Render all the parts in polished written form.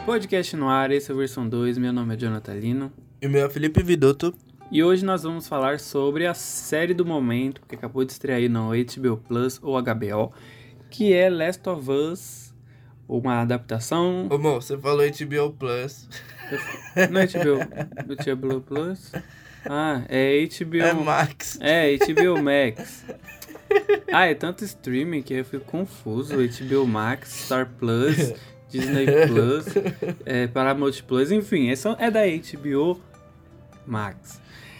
Podcast no ar, esse é a versão 2, meu nome é Jonathan Lino. E o meu é Felipe Vidotto. E hoje nós vamos falar sobre a série do momento, que acabou de estrear aí no HBO Plus ou HBO, que é Last of Us, uma adaptação... Ô, mo, você falou HBO Plus. Não é HBO Plus? Ah, é HBO... É Max. É, HBO Max. Ah, é tanto streaming que eu fico confuso. HBO Max, Star Plus, Disney Plus, Paramount Plus, enfim, é da HBO Max.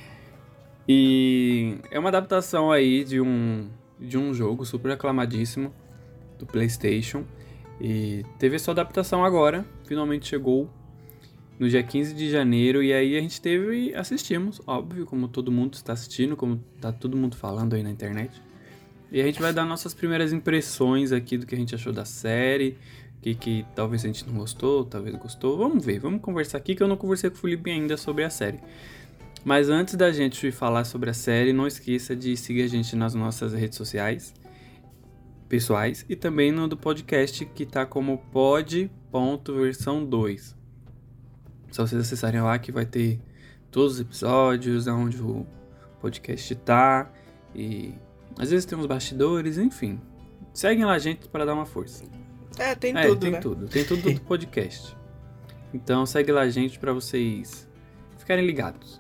E é uma adaptação aí de um jogo super aclamadíssimo do PlayStation. E teve a sua adaptação agora, finalmente chegou no dia 15 de janeiro. E aí a gente assistimos, óbvio, como todo mundo está assistindo, como tá todo mundo falando aí na internet. E a gente vai dar nossas primeiras impressões aqui do que a gente achou da série, que talvez a gente não gostou, talvez gostou. Vamos ver, vamos conversar aqui, que eu não conversei com o Felipe ainda sobre a série. Mas antes da gente falar sobre a série, não esqueça de seguir a gente nas nossas redes sociais pessoais e também no do podcast, que tá como pod.versão2. Só vocês acessarem lá que vai ter todos os episódios, aonde o podcast tá, e às vezes tem uns bastidores, enfim. Seguem lá a gente para dar uma força. Tem tudo, tem né? Tem tudo do podcast. Então segue lá a gente para vocês ficarem ligados.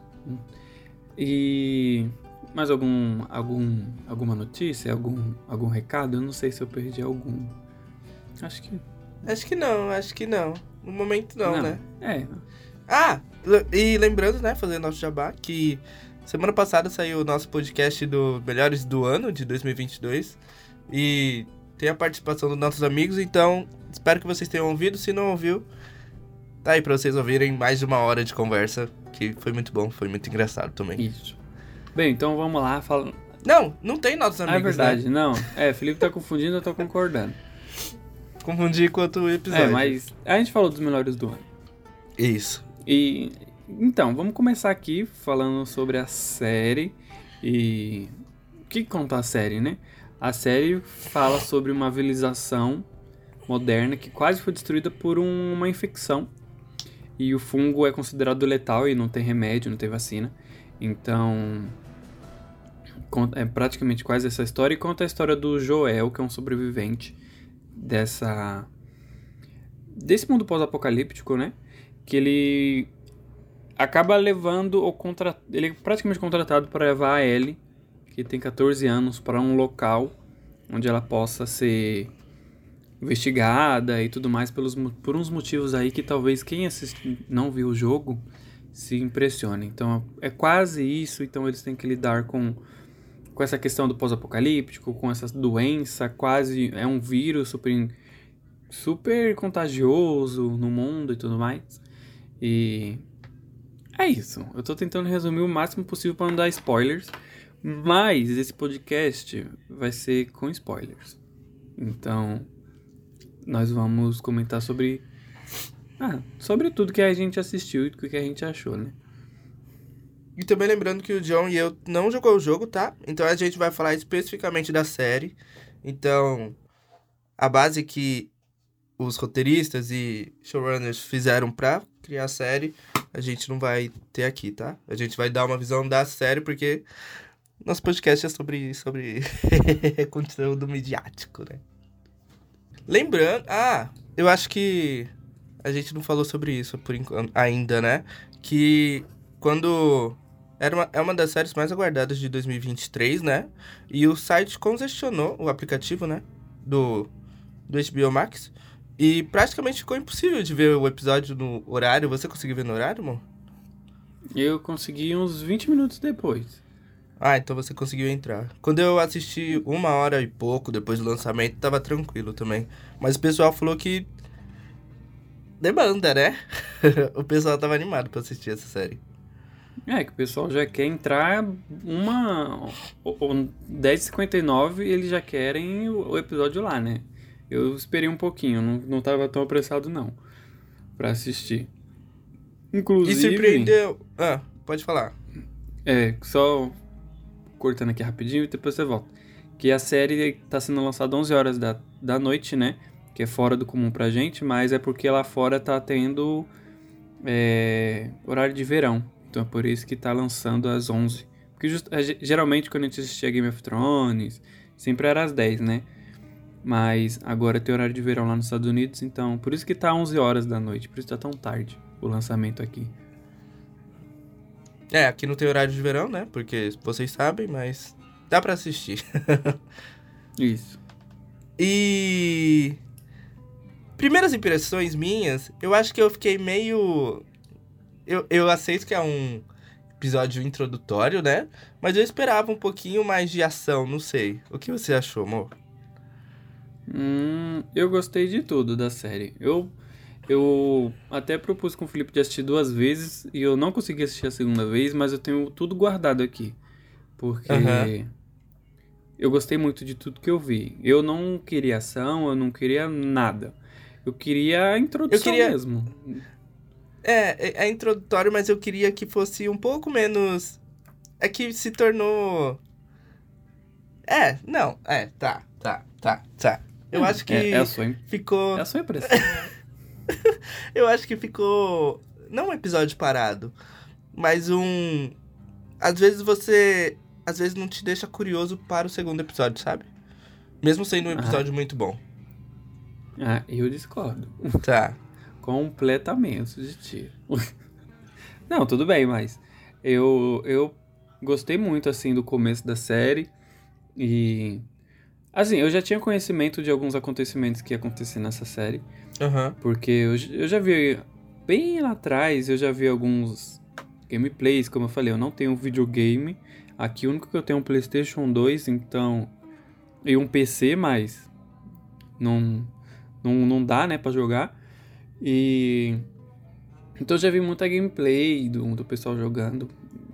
E mais alguma notícia, algum recado? Eu não sei se eu perdi algum. Acho que não. No momento não, né? E lembrando, né, fazer nosso jabá, que semana passada saiu o nosso podcast do Melhores do Ano, de 2022. E tem a participação dos nossos amigos, então espero que vocês tenham ouvido. Se não ouviu, tá aí pra vocês ouvirem mais de 1 hora de conversa, que foi muito bom, foi muito engraçado também. Isso. Bem, então vamos lá. Não tem nossos amigos, é verdade, né? Não. Felipe tá confundindo, eu tô concordando. Confundi com outro episódio. Mas a gente falou dos melhores do ano. Isso. E então, vamos começar aqui falando sobre a série. E o que conta a série, né? A série fala sobre uma civilização moderna que quase foi destruída por uma infecção. E o fungo é considerado letal e não tem remédio, não tem vacina. Então, é praticamente quase essa história. E conta a história do Joel, que é um sobrevivente desse mundo pós-apocalíptico, né? Que ele acaba levando ele é praticamente contratado para levar a Ellie, que tem 14 anos, para um local onde ela possa ser investigada e tudo mais por uns motivos aí que talvez quem não viu o jogo se impressione. Então é quase isso. Então eles têm que lidar com essa questão do pós-apocalíptico, com essa doença, quase é um vírus super contagioso no mundo e tudo mais. E é isso. Eu tô tentando resumir o máximo possível para não dar spoilers, mas esse podcast vai ser com spoilers. Então nós vamos comentar sobre tudo que a gente assistiu e o que a gente achou, né? E também lembrando que o John e eu não jogou o jogo, tá? Então a gente vai falar especificamente da série. Então, a base que os roteiristas e showrunners fizeram pra criar a série, a gente não vai ter aqui, tá? A gente vai dar uma visão da série, porque nosso podcast é sobre conteúdo midiático, né? Lembrando... eu acho que a gente não falou sobre isso por enquanto ainda, né? Que quando... É uma das séries mais aguardadas de 2023, né? E o site congestionou o aplicativo, né? Do HBO Max. E praticamente ficou impossível de ver o episódio no horário. Você conseguiu ver no horário, amor? Eu consegui uns 20 minutos depois. Então você conseguiu entrar. Quando eu assisti 1 hora e pouco depois do lançamento, tava tranquilo também. Mas o pessoal falou que... demanda, né? O pessoal tava animado pra assistir essa série. Que o pessoal já quer entrar 10h59 e eles já querem o episódio lá, né? Eu esperei um pouquinho, não tava tão apressado não pra assistir. Inclusive... E surpreendeu... pode falar. Só cortando aqui rapidinho e depois você volta. Que a série tá sendo lançada 11 horas da noite, né? que é fora do comum pra gente, mas é porque lá fora tá tendo horário de verão. Então é por isso que tá lançando às 11. Porque geralmente quando a gente assistia Game of Thrones, sempre era às 10, né? Mas agora tem horário de verão lá nos Estados Unidos, então por isso que tá 11 horas da noite, por isso tá tão tarde o lançamento aqui. Aqui não tem horário de verão, né? Porque vocês sabem, mas dá pra assistir. Isso. E... primeiras impressões minhas, eu acho que eu fiquei meio... Eu aceito que é um episódio introdutório, né? Mas eu esperava um pouquinho mais de ação, não sei. O que você achou, amor? Eu gostei de tudo da série. Eu até propus com o Felipe de assistir 2 vezes e eu não consegui assistir a segunda vez, mas eu tenho tudo guardado aqui. Porque Aham. eu gostei muito de tudo que eu vi. Eu não queria ação, eu não queria nada. Eu queria a Eu introdução queria... mesmo. É introdutório, mas eu queria que fosse um pouco menos... É que se tornou... Não. Tá. Eu É, acho é, é a que sua, é ficou... a sua impressão. Eu acho que ficou... Não um episódio parado, mas um... Às vezes você... Às vezes não te deixa curioso para o segundo episódio, sabe? Mesmo sendo um Ah, episódio muito bom. eu discordo. Tá. Completamente de ti. Não, tudo bem, mas eu gostei muito, assim, do começo da série e... Assim, eu já tinha conhecimento de alguns acontecimentos que iam acontecer nessa série, Aham. porque eu já vi, bem lá atrás, eu já vi alguns gameplays, como eu falei, eu não tenho um videogame, aqui o único que eu tenho é um PlayStation 2, então, e um PC, mas não dá, né, pra jogar, e... Então eu já vi muita gameplay do pessoal jogando,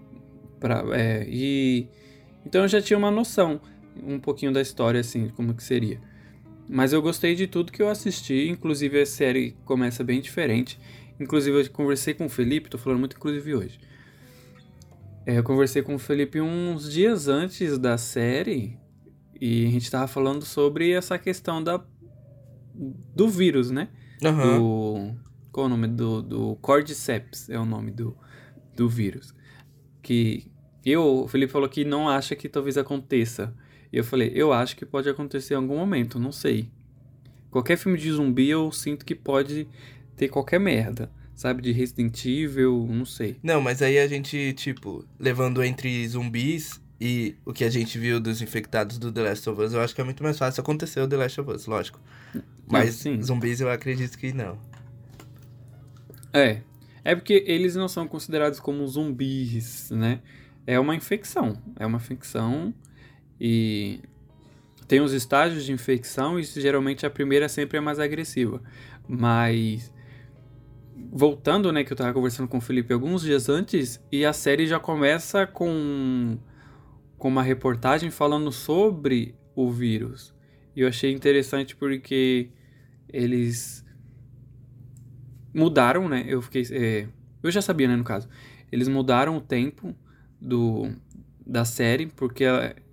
e... Então eu já tinha uma noção, um pouquinho da história, assim, como que seria. Mas eu gostei de tudo que eu assisti, inclusive a série começa bem diferente. Inclusive eu conversei com o Felipe, tô falando muito inclusive hoje. Eu conversei com o Felipe uns dias antes da série e a gente tava falando sobre essa questão do vírus, né? Aham. Do... Qual é o nome? Do Cordyceps é o nome do vírus. Que o Felipe falou que não acha que talvez aconteça. E eu falei, eu acho que pode acontecer em algum momento, não sei. Qualquer filme de zumbi eu sinto que pode ter qualquer merda, sabe? De Resident Evil, não sei. Não, mas aí a gente, tipo, levando entre zumbis e o que a gente viu dos infectados do The Last of Us, eu acho que é muito mais fácil acontecer o The Last of Us, lógico. Não, Mas sim. zumbis eu acredito que não. É. É porque eles não são considerados como zumbis, né? É uma infecção. É uma infecção e tem os estágios de infecção e geralmente a primeira sempre é mais agressiva. Mas voltando, né, que eu tava conversando com o Felipe alguns dias antes e a série já começa com uma reportagem falando sobre o vírus. E eu achei interessante porque eles mudaram, né? Eu já sabia, né, no caso. Eles mudaram o tempo da série, porque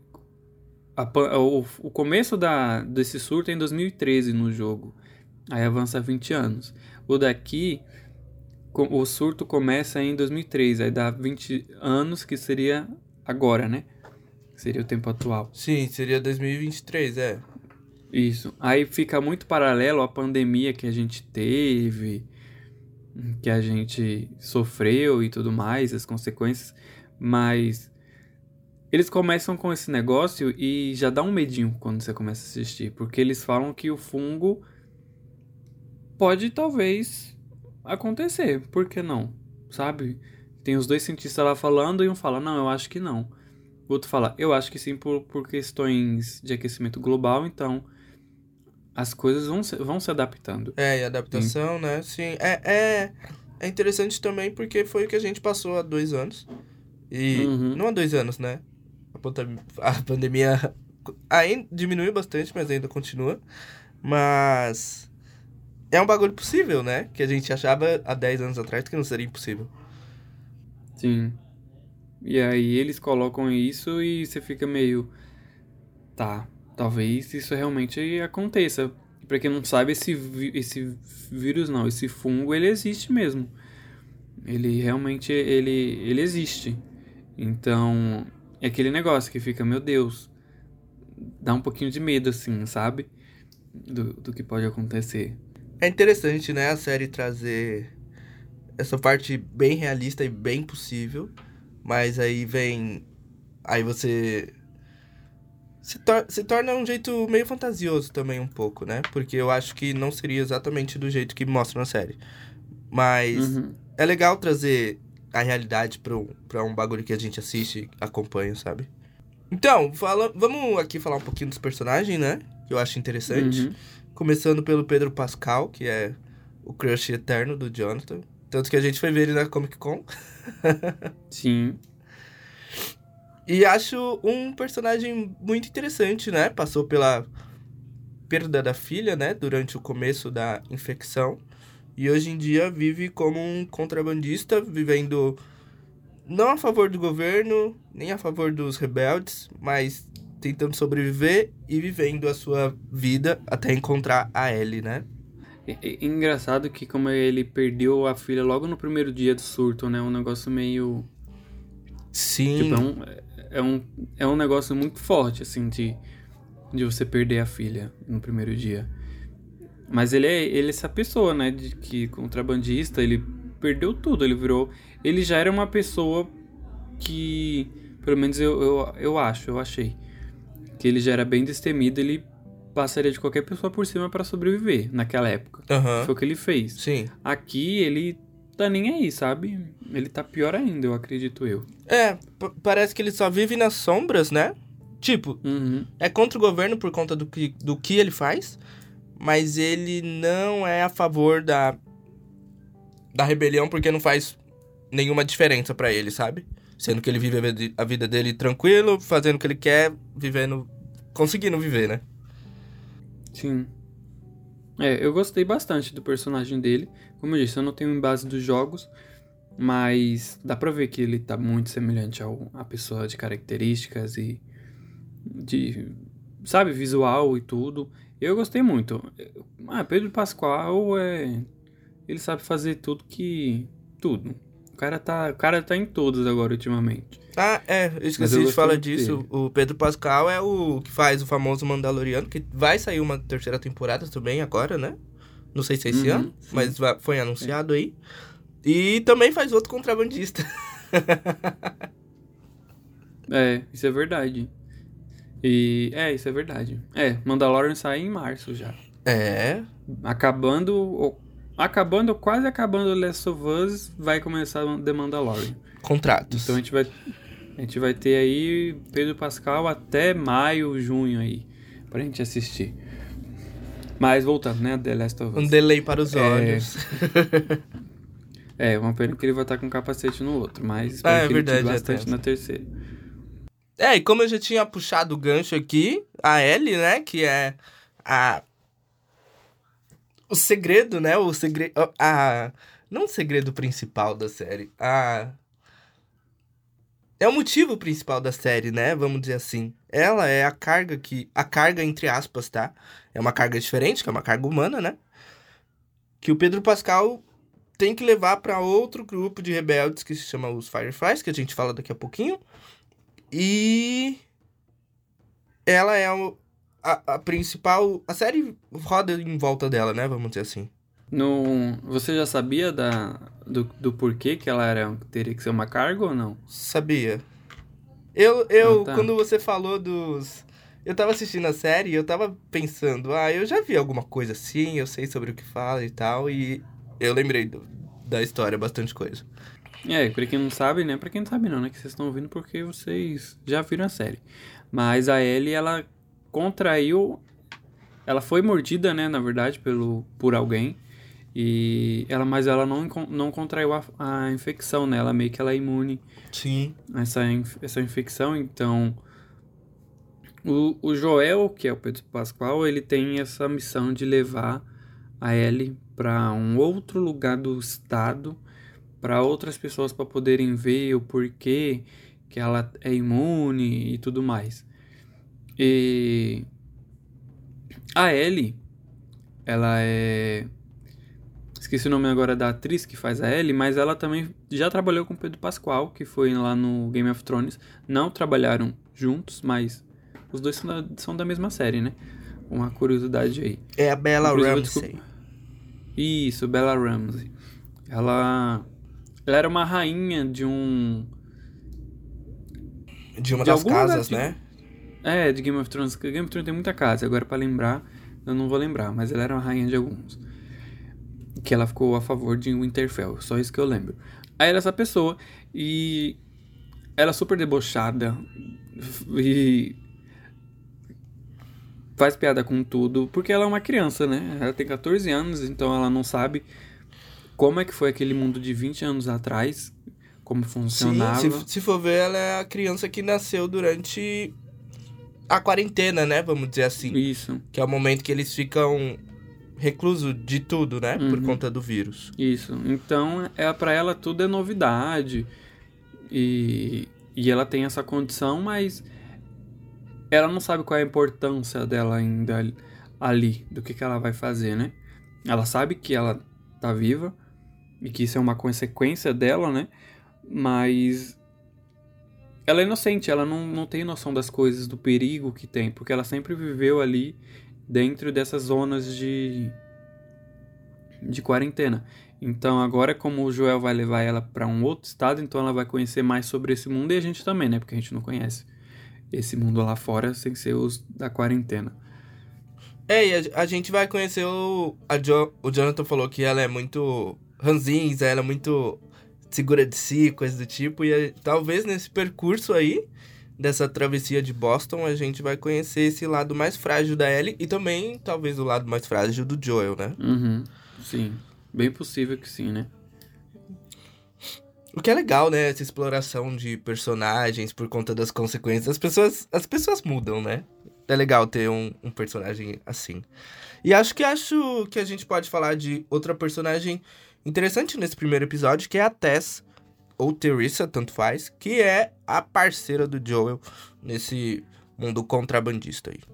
o começo desse surto é em 2013 no jogo. Aí avança 20 anos. O daqui, o surto começa em 2003, aí dá 20 anos, que seria agora, né? Seria o tempo atual. Sim, seria 2023, é. Isso. Aí fica muito paralelo à pandemia que a gente teve, que a gente sofreu e tudo mais, as consequências, mas eles começam com esse negócio e já dá um medinho quando você começa a assistir, porque eles falam que o fungo pode talvez acontecer, por que não? Sabe? Tem os dois cientistas lá falando e um fala, não, eu acho que não. O outro fala, eu acho que sim por questões de aquecimento global, então as coisas vão se adaptando. E adaptação, né? Sim, é interessante também porque foi o que a gente passou há 2 anos. E Uhum. não há 2 anos, né? A pandemia ainda diminuiu bastante, mas ainda continua. Mas é um bagulho possível, né? Que a gente achava há 10 anos atrás que não seria impossível. Sim. E aí eles colocam isso e você fica meio, tá, talvez isso realmente aconteça. pra quem não sabe, esse vírus não, esse fungo, ele existe mesmo. Ele realmente, ele existe. Então, é aquele negócio que fica, meu Deus, dá um pouquinho de medo, assim, sabe? Do que pode acontecer. É interessante, né, a série trazer essa parte bem realista e bem possível, mas aí vem... Aí você se torna um jeito meio fantasioso também um pouco, né? Porque eu acho que não seria exatamente do jeito que mostra na série. Mas Uhum. é legal trazer a realidade pra um bagulho que a gente assiste e acompanha, sabe? Então, vamos aqui falar um pouquinho dos personagens, né? Que eu acho interessante. Uhum. Começando pelo Pedro Pascal, que é o crush eterno do Jonathan. Tanto que a gente foi ver ele na Comic Con. Sim. E acho um personagem muito interessante, né? Passou pela perda da filha, né? Durante o começo da infecção. E hoje em dia vive como um contrabandista, vivendo não a favor do governo, nem a favor dos rebeldes, mas tentando sobreviver e vivendo a sua vida até encontrar a Ellie, né? É engraçado que como ele perdeu a filha logo no primeiro dia do surto, né? Um negócio meio... Tipo, Sim, é um negócio muito forte, assim, de você perder a filha no primeiro dia. Mas ele é essa pessoa, né? De que contrabandista, ele perdeu tudo, ele virou... Ele já era uma pessoa que... Pelo menos eu achei. Que ele já era bem destemido, ele passaria de qualquer pessoa por cima pra sobreviver naquela época. aham, Foi o que ele fez. sim. Aqui ele tá nem aí, sabe? Ele tá pior ainda, eu acredito eu. É, parece que ele só vive nas sombras, né? Tipo, Uhum. é contra o governo por conta do que ele faz, mas ele não é a favor da rebelião porque não faz nenhuma diferença pra ele, sabe? Sendo que ele vive a vida dele tranquilo, fazendo o que ele quer, vivendo, conseguindo viver, né? Sim. É, eu gostei bastante do personagem dele. Como eu disse, eu não tenho em base dos jogos, mas dá pra ver que ele tá muito semelhante a pessoa de características e de, sabe, visual e tudo. Eu gostei muito. Pedro Pascoal ele sabe fazer tudo. O cara tá em todos agora ultimamente. Ah, é, eu Mas esqueci eu de gostei falar muito disso. dele. O Pedro Pascal é o que faz o famoso Mandaloriano, que vai sair uma terceira temporada também agora, né? Não sei se é esse ano, Uhum, sim. mas foi É. anunciado aí. E também faz outro contrabandista. Isso é verdade. Isso é verdade. Mandalorian sai em março já. É, Quase acabando Last of Us, vai começar The Mandalorian. Então contratos. a gente vai ter aí Pedro Pascal até maio, junho aí, pra gente assistir. Mas voltando, né, The Last of Um Us. delay para os olhos. Uma pena que ele vai estar com capacete no outro, mas Ah, espero é que ele tire verdade, é bastante tenso. na terceira. É, e como eu já tinha puxado o gancho aqui, a Ellie, né, que é a o segredo, né, o segredo não o segredo principal da série, é o motivo principal da série, né, vamos dizer assim. Ela é a carga entre aspas, tá? É uma carga diferente, que é uma carga humana, né? Que o Pedro Pascal tem que levar pra outro grupo de rebeldes que se chama os Fireflies, que a gente fala daqui a pouquinho. E ela é a principal. A série roda em volta dela, né? Vamos dizer assim. Você já sabia do porquê que teria que ser uma carga ou não? Sabia. Ah, tá. Quando você falou dos. Eu tava assistindo a série e eu tava pensando, eu já vi alguma coisa assim, eu sei sobre o que fala e tal, e eu lembrei da história, bastante coisa. Pra quem não sabe, né? Pra quem não sabe não, né? Que vocês estão ouvindo porque vocês já viram a série. Mas a Ellie, ela contraiu... Ela foi mordida, né? Na verdade, por alguém. Mas ela não contraiu a infecção, né? Ela meio que ela é imune Sim. a essa infecção. Então, o Joel, que é o Pedro Pascal, ele tem essa missão de levar a Ellie pra um outro lugar do estado, para outras pessoas para poderem ver o porquê que ela é imune e tudo mais. E a Ellie, ela é... Esqueci o nome agora da atriz que faz a Ellie, mas ela também já trabalhou com Pedro Pascal, que foi lá no Game of Thrones. Não trabalharam juntos, mas os dois são da mesma série, né? Uma curiosidade aí. É a Bella Inclusive, Ramsey. Isso, Bella Ramsey. Ela era uma rainha de um... De uma de das algum lugar casas, de- né? de Game of Thrones. Game of Thrones tem muita casa, agora pra lembrar, eu não vou lembrar, mas ela era uma rainha de alguns. Que ela ficou a favor de Winterfell, só isso que eu lembro. Aí era essa pessoa, e ela é super debochada, e faz piada com tudo, porque ela é uma criança, né? Ela tem 14 anos, então ela não sabe como é que foi aquele mundo de 20 anos atrás, como Sim, funcionava. se for ver, ela é a criança que nasceu durante a quarentena, né? Vamos dizer assim. Isso, Que é o momento que eles ficam reclusos de tudo, né? Por Uhum. conta do vírus. isso. Então, pra ela tudo é novidade, e ela tem essa condição, mas ela não sabe qual é a importância dela ainda ali, do que ela vai fazer, né? Ela sabe que ela tá viva e que isso é uma consequência dela, né? Mas ela é inocente, ela não tem noção das coisas, do perigo que tem, porque ela sempre viveu ali dentro dessas zonas de quarentena. Então agora, como o Joel vai levar ela pra um outro estado, então ela vai conhecer mais sobre esse mundo, e a gente também, né? Porque a gente não conhece esse mundo lá fora sem ser os da quarentena. E a gente vai conhecer o Jonathan falou que ela é muito ranzinza, ela é muito segura de si, coisa do tipo. E talvez nesse percurso aí, dessa travessia de Boston, a gente vai conhecer esse lado mais frágil da Ellie e também, talvez, o lado mais frágil do Joel, né? Uhum, sim. Bem possível que sim, né? O que é legal, né? Essa exploração de personagens por conta das consequências. As pessoas mudam, né? É legal ter um personagem assim. E acho que a gente pode falar de outra personagem interessante nesse primeiro episódio, que é a Tess, ou Teresa, tanto faz, que é a parceira do Joel nesse mundo contrabandista aí.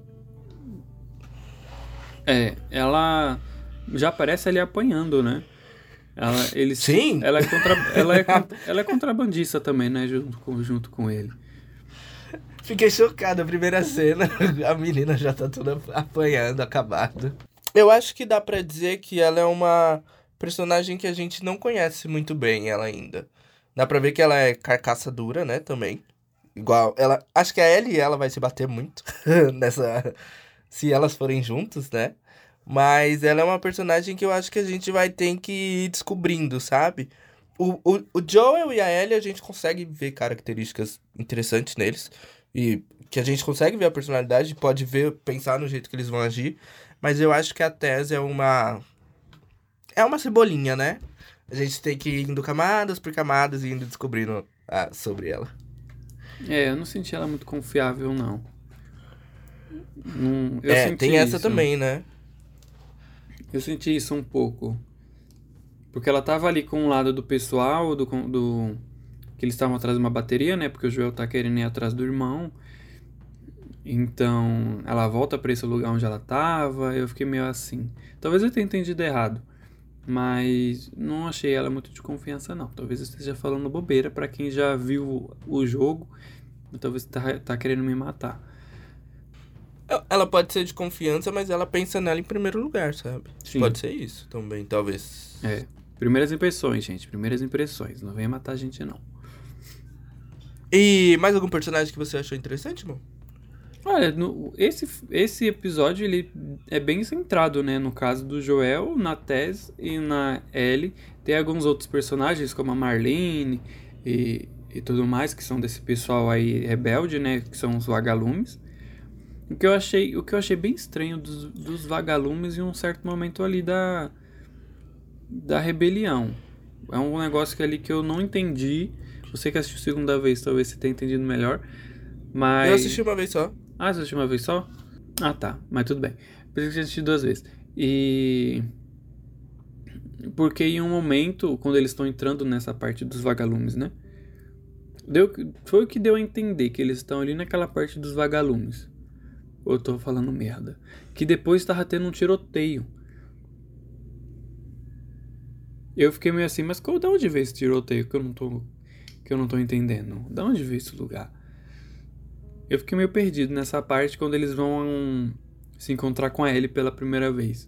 Ela já aparece ali apanhando, né? Sim! Ela é contrabandista também, né? Junto com ele. Fiquei chocado, a primeira cena, a menina já tá toda apanhando, acabada. Eu acho que dá pra dizer que ela é uma personagem que a gente não conhece muito bem ela ainda. Dá pra ver que ela é carcaça dura, né, também. Igual, acho que a Ellie e ela vai se bater muito se elas forem juntos, né? Mas ela é uma personagem que eu acho que a gente vai ter que ir descobrindo, sabe? O Joel e a Ellie, a gente consegue ver características interessantes neles. E que a gente consegue ver a personalidade, pode pensar no jeito que eles vão agir. Mas eu acho que a Tess é uma cebolinha, né? A gente tem que ir indo camadas por camadas e indo descobrindo sobre ela. Eu não senti ela muito confiável, não. Tem essa também, né? Eu senti isso um pouco. Porque ela tava ali com um lado do pessoal, que eles estavam atrás de uma bateria, né? Porque o Joel tá querendo ir atrás do irmão. Então, ela volta pra esse lugar onde ela tava. Eu fiquei meio assim. Talvez eu tenha entendido errado. Mas não achei ela muito de confiança, não. Talvez eu esteja falando bobeira pra quem já viu o jogo. Talvez tá querendo me matar. Ela pode ser de confiança, mas ela pensa nela em primeiro lugar, sabe? Sim. Pode ser isso também, talvez. Primeiras impressões, gente. Primeiras impressões. Não venha matar a gente, não. E mais algum personagem que você achou interessante, irmão? Olha, esse episódio ele é bem centrado, né? No caso do Joel, na Tess e na Ellie. Tem alguns outros personagens, como a Marlene e tudo mais, que são desse pessoal aí rebelde, né? Que são os vagalumes. O que eu achei bem estranho dos vagalumes em um certo momento ali da rebelião. É um negócio que eu não entendi. Você que assistiu a segunda vez, talvez você tenha entendido melhor. Mas... Eu assisti uma vez só. Ah, você assistiu uma vez só? Ah, tá. Mas tudo bem. Pensei que você assistiu 2 vezes. Porque em um momento, quando eles estão entrando nessa parte dos vagalumes, né? Foi o que deu a entender, que eles estão ali naquela parte dos vagalumes. Ou eu tô falando merda. Que depois tava tendo um tiroteio. Eu fiquei meio assim, mas da onde veio esse tiroteio que eu não tô entendendo? Da onde veio esse lugar? Eu fiquei meio perdido nessa parte quando eles vão se encontrar com a Ellie pela primeira vez.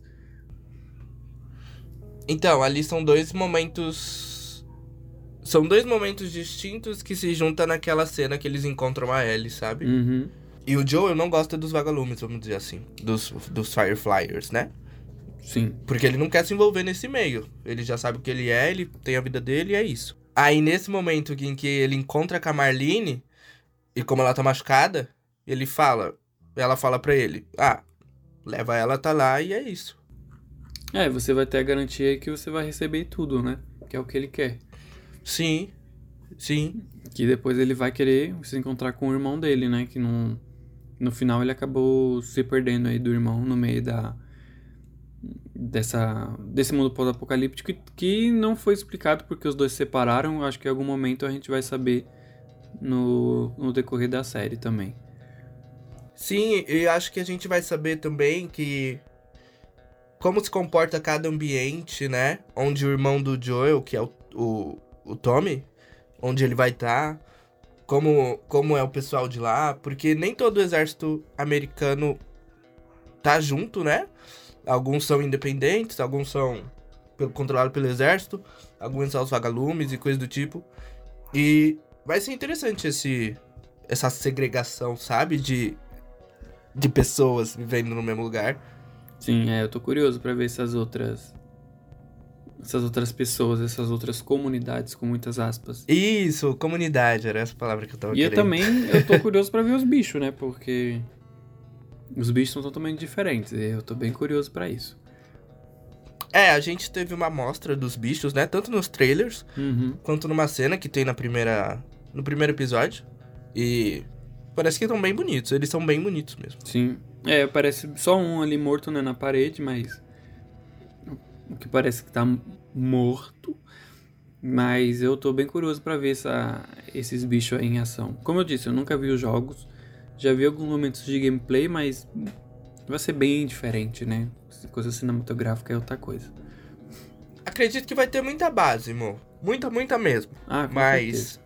Então, ali são dois momentos. São dois momentos distintos que se juntam naquela cena que eles encontram a Ellie, sabe? Uhum. E o Joel não gosta dos vagalumes, vamos dizer assim. Dos Fireflyers, né? Sim. Porque ele não quer se envolver nesse meio. Ele já sabe o que ele é, ele tem a vida dele e é isso. Aí, nesse momento em que ele encontra com a Marlene, e como ela tá machucada, ela fala pra ele, leva ela, tá lá e é isso. Você vai ter a garantia que você vai receber tudo, né? Que é o que ele quer. Sim. Que depois ele vai querer se encontrar com o irmão dele, né? Que no final ele acabou se perdendo aí do irmão no meio desse mundo pós-apocalíptico que não foi explicado porque os dois se separaram. Acho que em algum momento a gente vai saber no decorrer da série também. Sim, e acho que a gente vai saber também que como se comporta cada ambiente, né? Onde o irmão do Joel, que é o Tommy, onde ele vai estar, como é o pessoal de lá, porque nem todo o exército americano tá junto, né? Alguns são independentes, alguns são controlados pelo exército, alguns são os vagalumes e coisa do tipo. E vai ser interessante essa segregação, sabe? De pessoas vivendo no mesmo lugar. Sim, eu tô curioso pra ver essas outras pessoas, essas outras comunidades, com muitas aspas. Isso, comunidade, era essa palavra que eu tava querendo. E eu tô curioso pra ver os bichos, né? Porque os bichos são totalmente diferentes. E eu tô bem curioso pra isso. A gente teve uma amostra dos bichos, né? Tanto nos trailers, quanto numa cena que tem no primeiro episódio. E parece que estão bem bonitos. Eles são bem bonitos mesmo. Sim. Parece só um ali morto, né, na parede, mas o que parece que tá morto. Mas eu tô bem curioso pra ver esses bichos aí em ação. Como eu disse, eu nunca vi os jogos. Já vi alguns momentos de gameplay, mas vai ser bem diferente, né? Coisa cinematográfica é outra coisa. Acredito que vai ter muita base, amor. Muita mesmo. Com mas certeza.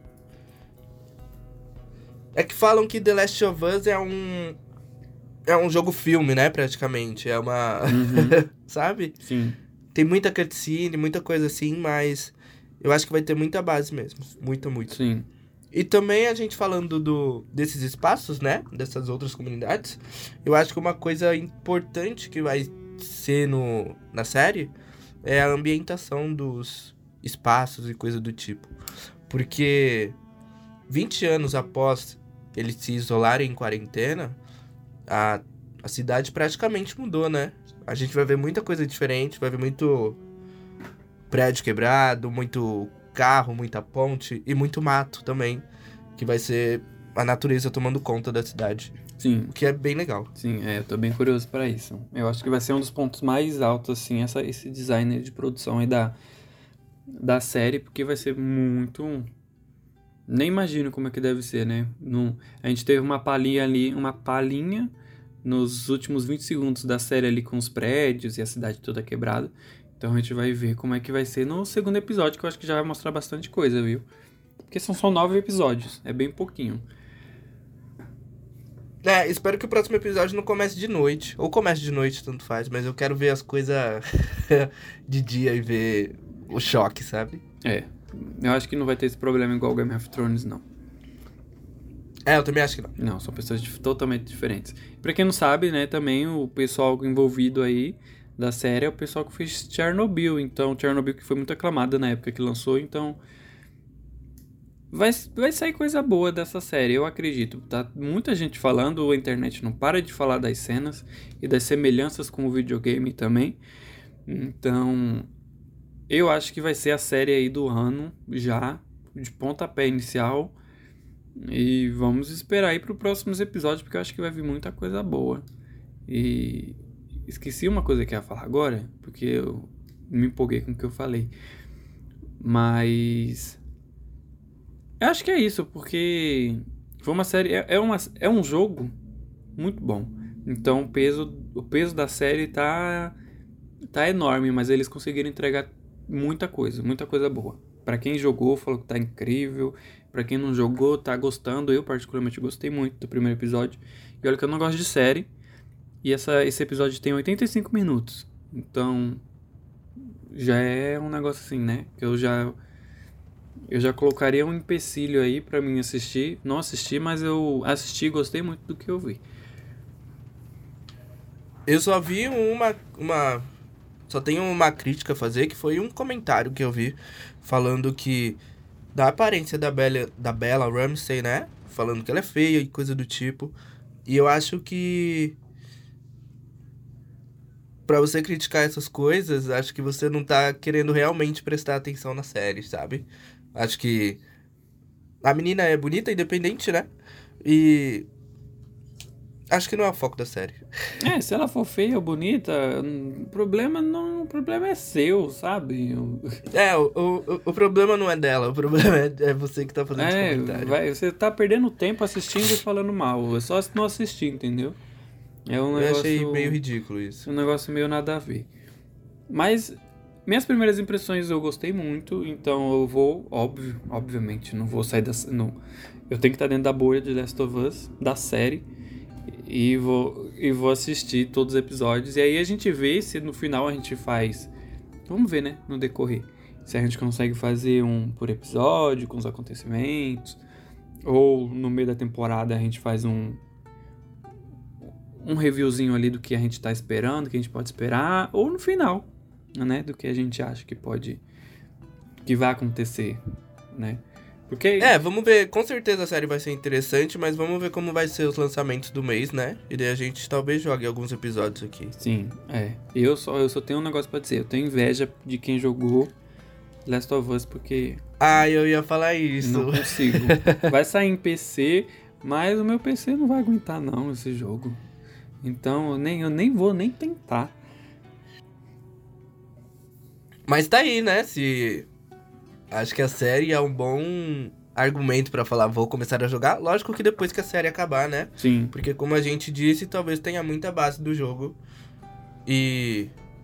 É que falam que The Last of Us é um jogo-filme, né, praticamente. É uma... sabe? Sim. Tem muita cutscene, muita coisa assim, mas eu acho que vai ter muita base mesmo. Muita. Sim. E também a gente falando desses espaços, né, dessas outras comunidades, eu acho que uma coisa importante que vai ser na série é a ambientação dos espaços e coisa do tipo. Porque 20 anos após eles se isolarem em quarentena, a cidade praticamente mudou, né? A gente vai ver muita coisa diferente, vai ver muito prédio quebrado, muito carro, muita ponte e muito mato também, que vai ser a natureza tomando conta da cidade. Sim. O que é bem legal. Sim, eu tô bem curioso pra isso. Eu acho que vai ser um dos pontos mais altos, assim, esse design de produção aí da série, porque vai ser muito... Nem imagino como é que deve ser, né? A gente teve uma palhinha nos últimos 20 segundos da série ali com os prédios e a cidade toda quebrada. Então a gente vai ver como é que vai ser no segundo episódio, que eu acho que já vai mostrar bastante coisa, viu? Porque são só 9 episódios, é bem pouquinho. Espero que o próximo episódio não comece de noite. Ou comece de noite, tanto faz. Mas eu quero ver as coisas de dia e ver o choque, sabe? Eu acho que não vai ter esse problema igual Game of Thrones, não. Eu também acho que não. Não, são pessoas totalmente diferentes. Pra quem não sabe, né, também o pessoal envolvido aí da série é o pessoal que fez Chernobyl. Então, Chernobyl que foi muito aclamada na época que lançou, então... Vai sair coisa boa dessa série, eu acredito. Tá muita gente falando, a internet não para de falar das cenas e das semelhanças com o videogame também. Então, eu acho que vai ser a série aí do ano, já, de pontapé inicial. E vamos esperar aí pro próximos episódios, porque eu acho que vai vir muita coisa boa. E esqueci uma coisa que eu ia falar agora, porque eu me empolguei com o que eu falei. Mas... eu acho que é isso, porque foi uma série... É um jogo muito bom. Então o peso da série tá enorme, mas eles conseguiram entregar muita coisa boa. Pra quem jogou, falou que tá incrível. Pra quem não jogou, tá gostando. Eu, particularmente, gostei muito do primeiro episódio. E olha que eu não gosto de série. E esse episódio tem 85 minutos. Então, já é um negócio assim, né? Que eu já colocaria um empecilho aí pra mim assistir. Não assisti, mas eu assisti e gostei muito do que eu vi. Eu só vi só tenho uma crítica a fazer, que foi um comentário que eu vi falando que da aparência da Bella Ramsey, né? Falando que ela é feia e coisa do tipo. E eu acho que pra você criticar essas coisas, acho que você não tá querendo realmente prestar atenção na série, sabe? Acho que a menina é bonita, independente, né? E acho que não é o foco da série. Se ela for feia ou bonita, o problema é seu, sabe? O problema não é dela, o problema é você que tá fazendo esse comentário. Você tá perdendo tempo assistindo e falando mal. É só não assistir, entendeu? É um negócio... Eu achei meio ridículo isso. Um negócio meio nada a ver. Mas minhas primeiras impressões eu gostei muito, então eu vou, obviamente, não vou sair eu tenho que estar dentro da bolha de Last of Us, da série, e vou assistir todos os episódios. E aí a gente vê se no final a gente faz... Vamos ver, né? No decorrer. Se a gente consegue fazer um por episódio, com os acontecimentos, ou no meio da temporada a gente faz um reviewzinho ali do que a gente tá esperando, que a gente pode esperar, ou no final, né, do que a gente acha que vai acontecer, né? Porque... vamos ver, com certeza a série vai ser interessante, mas vamos ver como vai ser os lançamentos do mês, né? E daí a gente talvez jogue alguns episódios aqui. Sim, eu só tenho um negócio pra dizer, eu tenho inveja de quem jogou Last of Us, porque... eu ia falar isso. Não consigo. Vai sair em PC, mas o meu PC não vai aguentar não esse jogo. Então eu nem vou nem tentar. Mas tá aí, né? Acho que a série é um bom argumento pra falar, vou começar a jogar. Lógico que depois que a série acabar, né? Sim. Porque como a gente disse, talvez tenha muita base do jogo. E...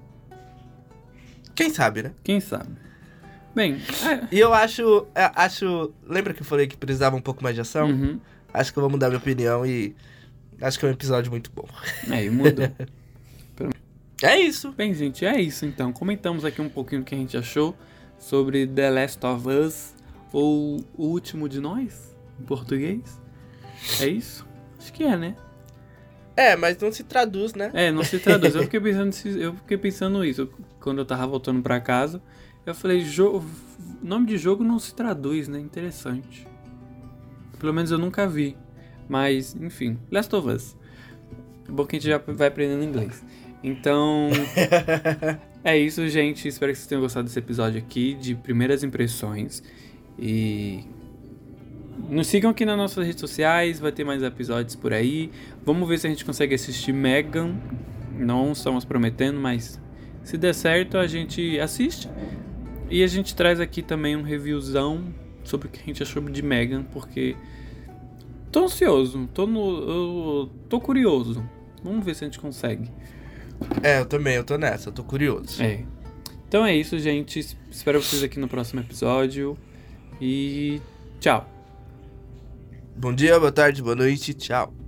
quem sabe, né? Quem sabe. Bem... E eu acho... Lembra que eu falei que precisava um pouco mais de ação? Uhum. Acho que eu vou mudar minha opinião e... acho que é um episódio muito bom. E mudou. É isso. Bem, gente, é isso então. Comentamos aqui um pouquinho do que a gente achou sobre The Last of Us, ou O Último de Nós, em português. É isso? Acho que é, né? Mas não se traduz, né? Não se traduz. Eu fiquei pensando isso. Quando eu tava voltando pra casa, eu falei, nome de jogo não se traduz, né? Interessante. Pelo menos eu nunca vi. Mas, enfim, Last of Us. É bom que a gente já vai aprendendo inglês. Então, é isso, gente. Espero que vocês tenham gostado desse episódio aqui de primeiras impressões. E nos sigam aqui nas nossas redes sociais, vai ter mais episódios por aí. Vamos ver se a gente consegue assistir Megan. Não estamos prometendo, mas se der certo a gente assiste. E a gente traz aqui também um reviewzão sobre o que a gente achou de Megan, porque tô ansioso, eu tô curioso. Vamos ver se a gente consegue. Eu também, eu tô nessa, eu tô curioso. Então é isso, gente. Espero vocês aqui no próximo episódio. E tchau. Bom dia, boa tarde, boa noite, tchau.